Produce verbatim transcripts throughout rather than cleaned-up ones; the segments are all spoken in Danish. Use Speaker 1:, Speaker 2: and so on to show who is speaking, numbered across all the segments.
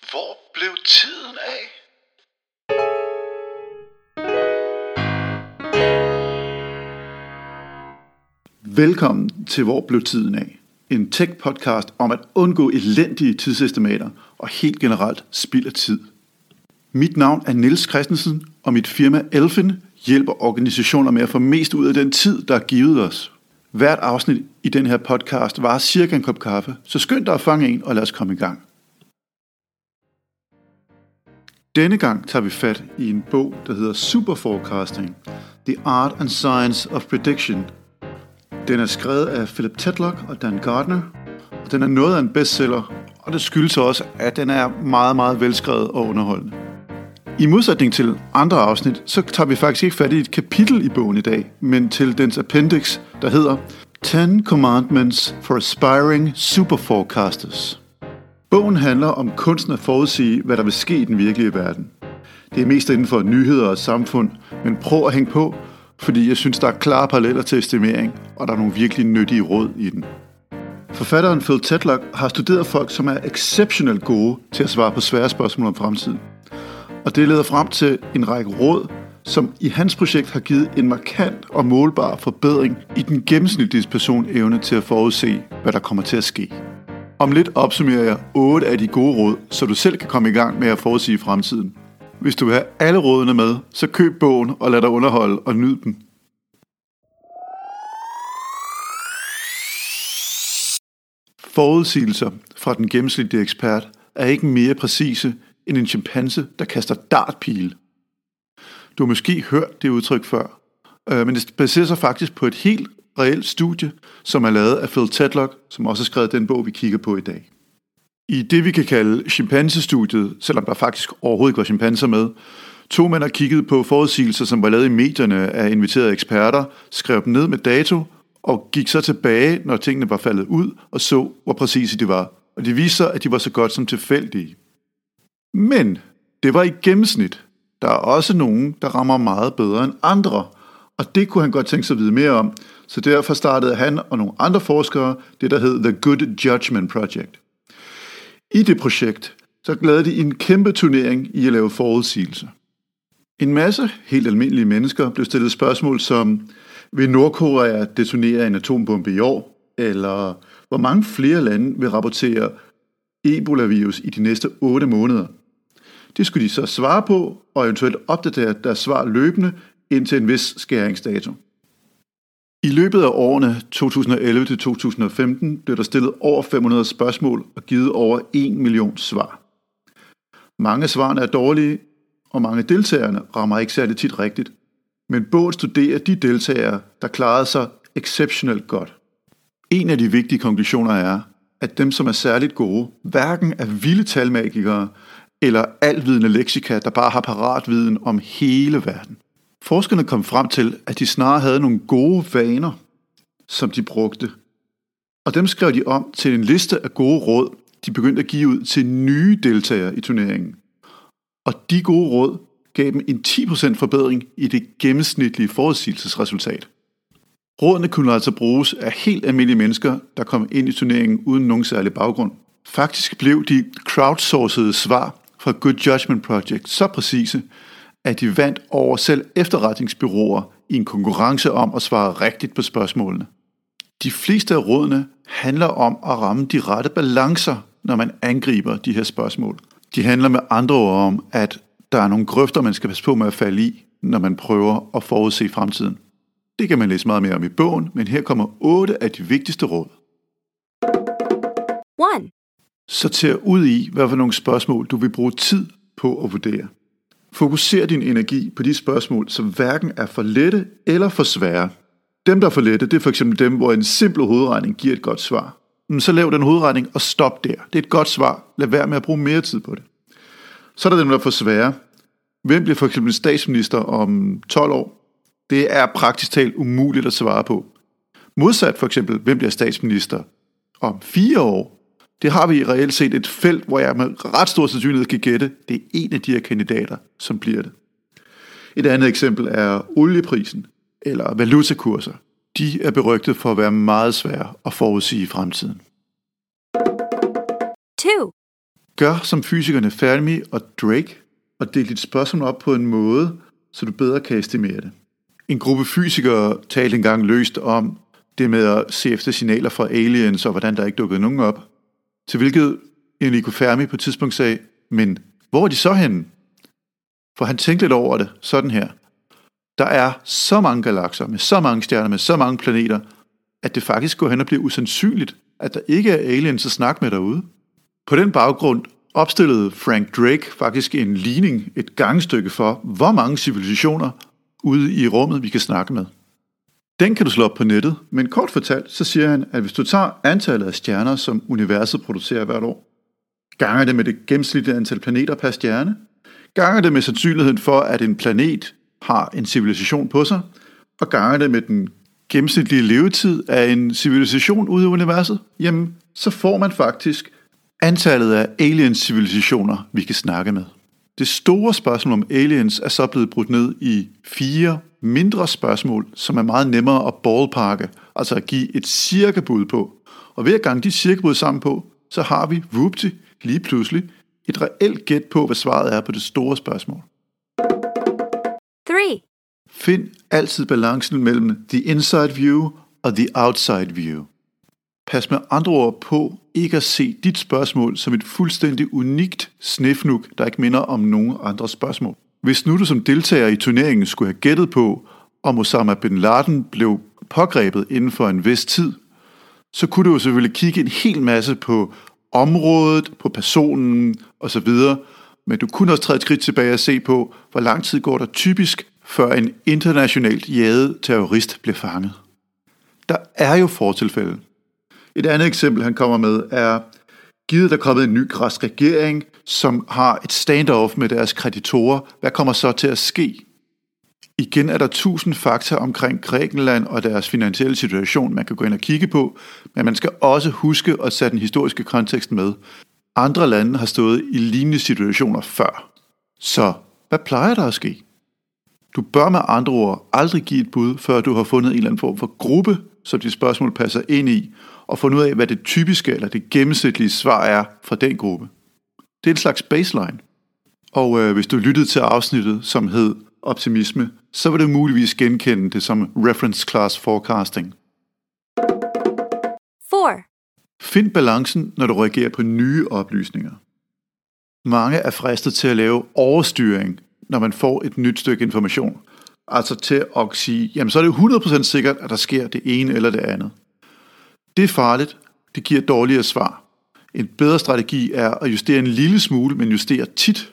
Speaker 1: Hvor blev tiden af? Velkommen til Hvor blev tiden af? En tech-podcast om at undgå elendige tidsestimater og helt generelt spild af tid. Mit navn er Niels Christensen, og mit firma Elfin hjælper organisationer med at få mest ud af den tid, der er givet os. Hvert afsnit i den her podcast varer cirka en kop kaffe, så skynd dig at fange en, og lad os komme i gang. Denne gang tager vi fat i en bog, der hedder Superforecasting: The Art and Science of Prediction. Den er skrevet af Philip Tetlock og Dan Gardner, og den er noget af en bestseller, og det skyldes også, at den er meget, meget velskrevet og underholdende. I modsætning til andre afsnit, så tager vi faktisk ikke fat i et kapitel i bogen i dag, men til dens appendix, der hedder Ten Commandments for Aspiring Superforecasters. Bogen handler om kunsten at forudsige, hvad der vil ske i den virkelige verden. Det er mest inden for nyheder og samfund, men prøv at hænge på, fordi jeg synes, der er klare paralleller til estimering, og der er nogle virkelig nyttige råd i den. Forfatteren Phil Tetlock har studeret folk, som er exceptionelt gode til at svare på svære spørgsmål om fremtiden. Og det leder frem til en række råd, som i hans projekt har givet en markant og målbar forbedring i den gennemsnitlige person evne til at forudse, hvad der kommer til at ske. Om lidt opsummerer jeg otte af de gode råd, så du selv kan komme i gang med at forudsige fremtiden. Hvis du vil have alle rådene med, så køb bogen og lad dig underholde og nyd den. Forudsigelser fra den gennemsnitlige ekspert er ikke mere præcise end en chimpanse, der kaster dartpile. Du har måske hørt det udtryk før, men det baserer sig faktisk på et helt reelt studie, som er lavet af Phil Tetlock, som også har skrevet den bog, vi kigger på i dag. I det, vi kan kalde chimpansestudiet, selvom der faktisk overhovedet ikke var chimpanser med, to mænd har kigget på forudsigelser, som var lavet i medierne af inviterede eksperter, skrev dem ned med dato og gik så tilbage, når tingene var faldet ud, og så, hvor præcise de var. Og det viste sig, at de var så godt som tilfældige. Men det var i gennemsnit. Der er også nogen, der rammer meget bedre end andre, og det kunne han godt tænke sig at vide mere om, så derfor startede han og nogle andre forskere det, der hed The Good Judgment Project. I det projekt, så lavede de en kæmpe turnering i at lave forudsigelser. En masse helt almindelige mennesker blev stillet spørgsmål som, vil Nordkorea detonere en atombombe i år? Eller hvor mange flere lande vil rapportere Ebola-virus i de næste otte måneder? Det skulle de så svare på, og eventuelt opdatere deres svar løbende indtil en vis skæringsdato. I løbet af årene to tusind og elleve til to tusind og femten blev der stillet over fem hundrede spørgsmål og givet over en million svar. Mange af svarene er dårlige, og mange af deltagerne rammer ikke særlig tit rigtigt. Men bogen studerer de deltagere, der klarede sig exceptionelt godt. En af de vigtige konklusioner er, at dem, som er særligt gode, hverken er vilde talmagikere eller altvidende leksika, der bare har paratviden om hele verden. Forskerne kom frem til, at de snarere havde nogle gode vaner, som de brugte. Og dem skrev de om til en liste af gode råd, de begyndte at give ud til nye deltagere i turneringen. Og de gode råd gav dem en ti procent forbedring i det gennemsnitlige forudsigelsesresultat. Rådene kunne altså bruges af helt almindelige mennesker, der kom ind i turneringen uden nogen særlig baggrund. Faktisk blev de crowdsourcede svar fra Good Judgment Project så præcise, at de vandt over selv efterretningsbureauer i en konkurrence om at svare rigtigt på spørgsmålene. De fleste af rådene handler om at ramme de rette balancer, når man angriber de her spørgsmål. De handler med andre ord om, at der er nogle grøfter, man skal passe på med at falde i, når man prøver at forudse fremtiden. Det kan man læse meget mere om i bogen, men her kommer otte af de vigtigste råd.
Speaker 2: one.
Speaker 1: Sorter ud i, hvad for nogle spørgsmål du vil bruge tid på at vurdere. Fokuser din energi på de spørgsmål, som hverken er for lette eller for svære. Dem, der er for lette, det er for eksempel dem, hvor en simpel hovedregning giver et godt svar. Så lav den hovedregning og stop der. Det er et godt svar. Lad være med at bruge mere tid på det. Så er der dem, der er for svære. Hvem bliver for eksempel statsminister om tolv år? Det er praktisk talt umuligt at svare på. Modsat for eksempel, hvem bliver statsminister om fire år? Det har vi reelt set et felt, hvor jeg med ret stor sandsynlighed kan gætte, det er en af de her kandidater, som bliver det. Et andet eksempel er olieprisen eller valutakurser. De er berygtet for at være meget svære at forudsige i fremtiden.
Speaker 2: two.
Speaker 1: Gør som fysikerne Fermi og Drake, og del dit spørgsmål op på en måde, så du bedre kan estimere det. En gruppe fysikere talte engang løst om det med at se efter signaler fra aliens, og hvordan der ikke dukkede nogen op. Til hvilket Enrico Fermi på et tidspunkt sagde, men hvor er de så henne? For han tænkte lidt over det, sådan her. Der er så mange galakser, med så mange stjerner, med så mange planeter, at det faktisk går hen og bliver usandsynligt, at der ikke er aliens at snakke med derude. På den baggrund opstillede Frank Drake faktisk en ligning, et gangstykke for, hvor mange civilisationer ude i rummet vi kan snakke med. Den kan du slå op på nettet, men kort fortalt, så siger han, at hvis du tager antallet af stjerner, som universet producerer hvert år, ganger det med det gennemsnitlige antal planeter per stjerne, ganger det med sandsynligheden for, at en planet har en civilisation på sig, og ganger det med den gennemsnitlige levetid af en civilisation ude i universet, jamen, så får man faktisk antallet af alien-civilisationer, vi kan snakke med. Det store spørgsmål om aliens er så blevet brudt ned i fire mindre spørgsmål, som er meget nemmere at ballparke, altså at give et cirkabud på. Og ved at gange de cirkabud sammen på, så har vi, whoopty, lige pludselig et reelt gæt på, hvad svaret er på det store spørgsmål.
Speaker 2: three.
Speaker 1: Find altid balancen mellem the inside view og the outside view. Pas med andre ord på ikke at se dit spørgsmål som et fuldstændig unikt snifnuk, der ikke minder om nogen andre spørgsmål. Hvis nu du som deltager i turneringen skulle have gættet på, om Osama bin Laden blev pågrebet inden for en vis tid, så kunne du jo selvfølgelig kigge en hel masse på området, på personen osv., men du kunne også træde et skridt tilbage og se på, hvor lang tid går der typisk, før en internationalt jaget terrorist bliver fanget. Der er jo fortilfælde. Et andet eksempel, han kommer med, er, givet der er kommet en ny græsk regering, som har et standoff med deres kreditorer. Hvad kommer så til at ske? Igen er der tusind fakta omkring Grækenland og deres finansielle situation, man kan gå ind og kigge på, men man skal også huske at sætte den historiske kontekst med. Andre lande har stået i lignende situationer før. Så hvad plejer der at ske? Du bør med andre ord aldrig give et bud, før du har fundet en eller anden form for gruppe, som dit spørgsmål passer ind i, og fundet ud af, hvad det typiske eller det gennemsnitlige svar er fra den gruppe. Det er en slags baseline. Og øh, hvis du lyttede til afsnittet, som hed Optimisme, så vil du muligvis genkende det som reference class forecasting.
Speaker 2: four.
Speaker 1: Find balancen, når du reagerer på nye oplysninger. Mange er fristet til at lave overstyring, når man får et nyt stykke information. Altså til at sige, jamen så er det hundrede procent sikkert, at der sker det ene eller det andet. Det er farligt. Det giver dårligere svar. En bedre strategi er at justere en lille smule, men justere tit.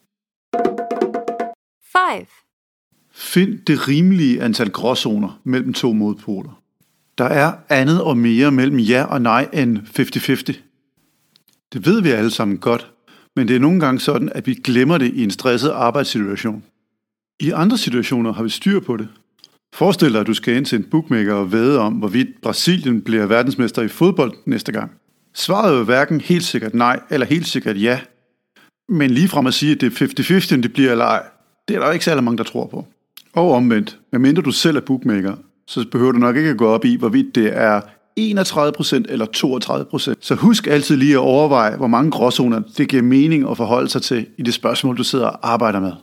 Speaker 2: five.
Speaker 1: Find det rimelige antal gråzoner mellem to modpoler. Der er andet og mere mellem ja og nej end halvtreds halvtreds. Det ved vi alle sammen godt, men det er nogle gange sådan, at vi glemmer det i en stresset arbejdssituation. I andre situationer har vi styr på det. Forestil dig, at du skal ind til en bookmaker og vædde om, hvorvidt Brasilien bliver verdensmester i fodbold næste gang. Svaret er jo hverken helt sikkert nej eller helt sikkert ja. Men ligefrem at sige, at det er halvtreds halvtreds, det bliver eller ej, det er der ikke særlig mange, der tror på. Og omvendt, medmindre du selv er bookmaker, så behøver du nok ikke at gå op i, hvorvidt det er enogtredive procent eller toogtredive procent. Så husk altid lige at overveje, hvor mange gråzoner det giver mening at forholde sig til i det spørgsmål, du sidder og arbejder med.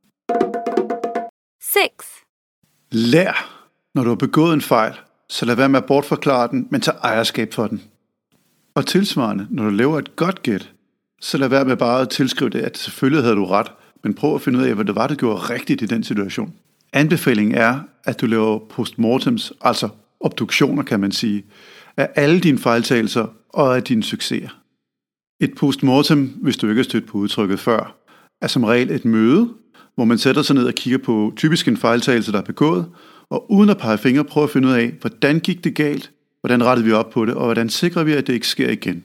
Speaker 2: six.
Speaker 1: Lær, når du har begået en fejl, så lad være med at bortforklare den, men tag ejerskab for den. Og tilsvarende, når du laver et godt gæt, så lad være med bare at tilskrive det, at selvfølgelig havde du ret, men prøv at finde ud af, hvad det var, du gjorde rigtigt i den situation. Anbefalingen er, at du laver postmortems, altså obduktioner kan man sige, af alle dine fejltagelser og af dine succeser. Et postmortem, hvis du ikke har stødt på udtrykket før, er som regel et møde, hvor man sætter sig ned og kigger på typisk en fejltagelse, der er begået, og uden at pege fingre, prøver at finde ud af, hvordan gik det galt, hvordan rettede vi op på det, og hvordan sikrer vi, at det ikke sker igen.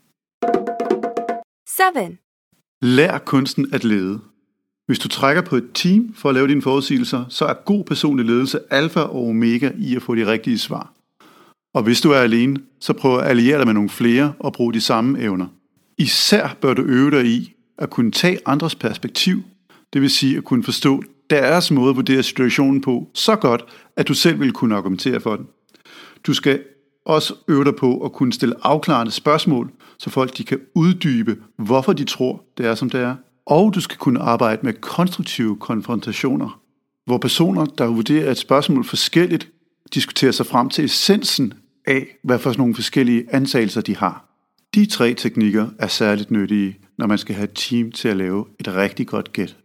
Speaker 2: seven.
Speaker 1: Lær kunsten at lede. Hvis du trækker på et team for at lave dine forudsigelser, så er god personlig ledelse alfa og omega i at få de rigtige svar. Og hvis du er alene, så prøv at alliere dig med nogle flere og bruge de samme evner. Især bør du øve dig i at kunne tage andres perspektiv, det vil sige at kunne forstå deres måde at vurdere situationen på så godt, at du selv vil kunne argumentere for den. Du skal også øve dig på at kunne stille afklarende spørgsmål, så folk de kan uddybe, hvorfor de tror, det er, som det er. Og du skal kunne arbejde med konstruktive konfrontationer, hvor personer, der vurderer et spørgsmål forskelligt, diskuterer sig frem til essensen af, hvad for nogle forskellige antagelser de har. De tre teknikker er særligt nyttige, når man skal have et team til at lave et rigtig godt gæt.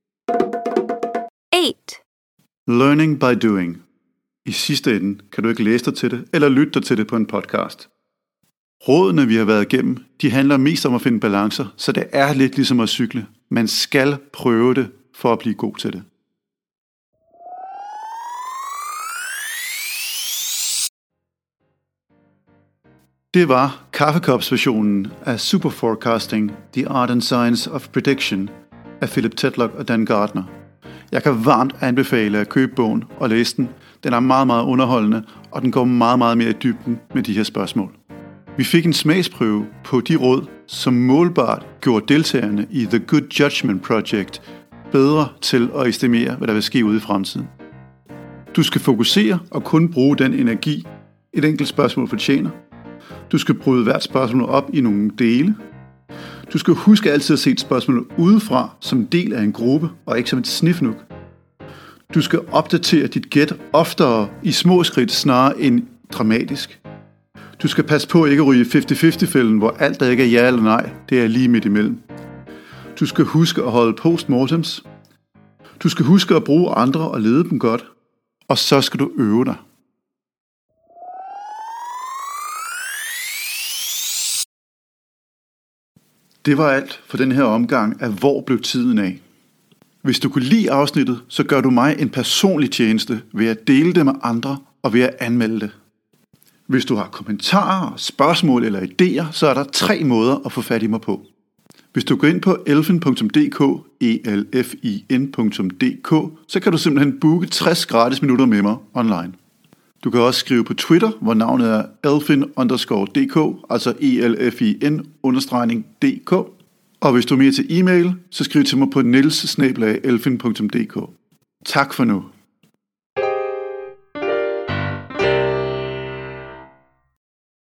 Speaker 2: eight.
Speaker 1: Learning by doing. I sidste ende kan du ikke læse dig til det, eller lytte dig til det på en podcast. Rådene, vi har været igennem, de handler mest om at finde balancer, så det er lidt ligesom at cykle. Man skal prøve det for at blive god til det. Det var kaffekopsversionen af Super Forecasting, The Art and Science of Prediction af Philip Tetlock og Dan Gardner. Jeg kan varmt anbefale at købe bogen og læse den. Den er meget, meget underholdende, og den går meget, meget mere i dybden med de her spørgsmål. Vi fik en smagsprøve på de råd, som målbart gjorde deltagerne i The Good Judgment Project bedre til at estimere, hvad der vil ske ude i fremtiden. Du skal fokusere og kun bruge den energi, et enkelt spørgsmål fortjener. Du skal bryde hvert spørgsmål op i nogle dele. Du skal huske altid at se et spørgsmål udefra som en del af en gruppe, og ikke som et snifnuk. Du skal opdatere dit gæt oftere i små skridt snarere end dramatisk. Du skal passe på ikke at ryge halvtreds halvtreds-fælden, hvor alt der ikke er ja eller nej, det er lige midt imellem. Du skal huske at holde postmortems. Du skal huske at bruge andre og lede dem godt. Og så skal du øve dig. Det var alt for den her omgang af Hvor blev tiden af? Hvis du kunne lide afsnittet, så gør du mig en personlig tjeneste ved at dele det med andre og ved at anmelde det. Hvis du har kommentarer, spørgsmål eller idéer, så er der tre måder at få fat i mig på. Hvis du går ind på elfin punktum d k, e l f i n punktum d k, så kan du simpelthen booke tres gratis minutter med mig online. Du kan også skrive på Twitter, hvor navnet er elfin underscore dk, altså E L F I N understregning D K. Og hvis du er mere til e-mail, så skriv til mig på niels snabel-a elfin punktum d k. Tak for nu.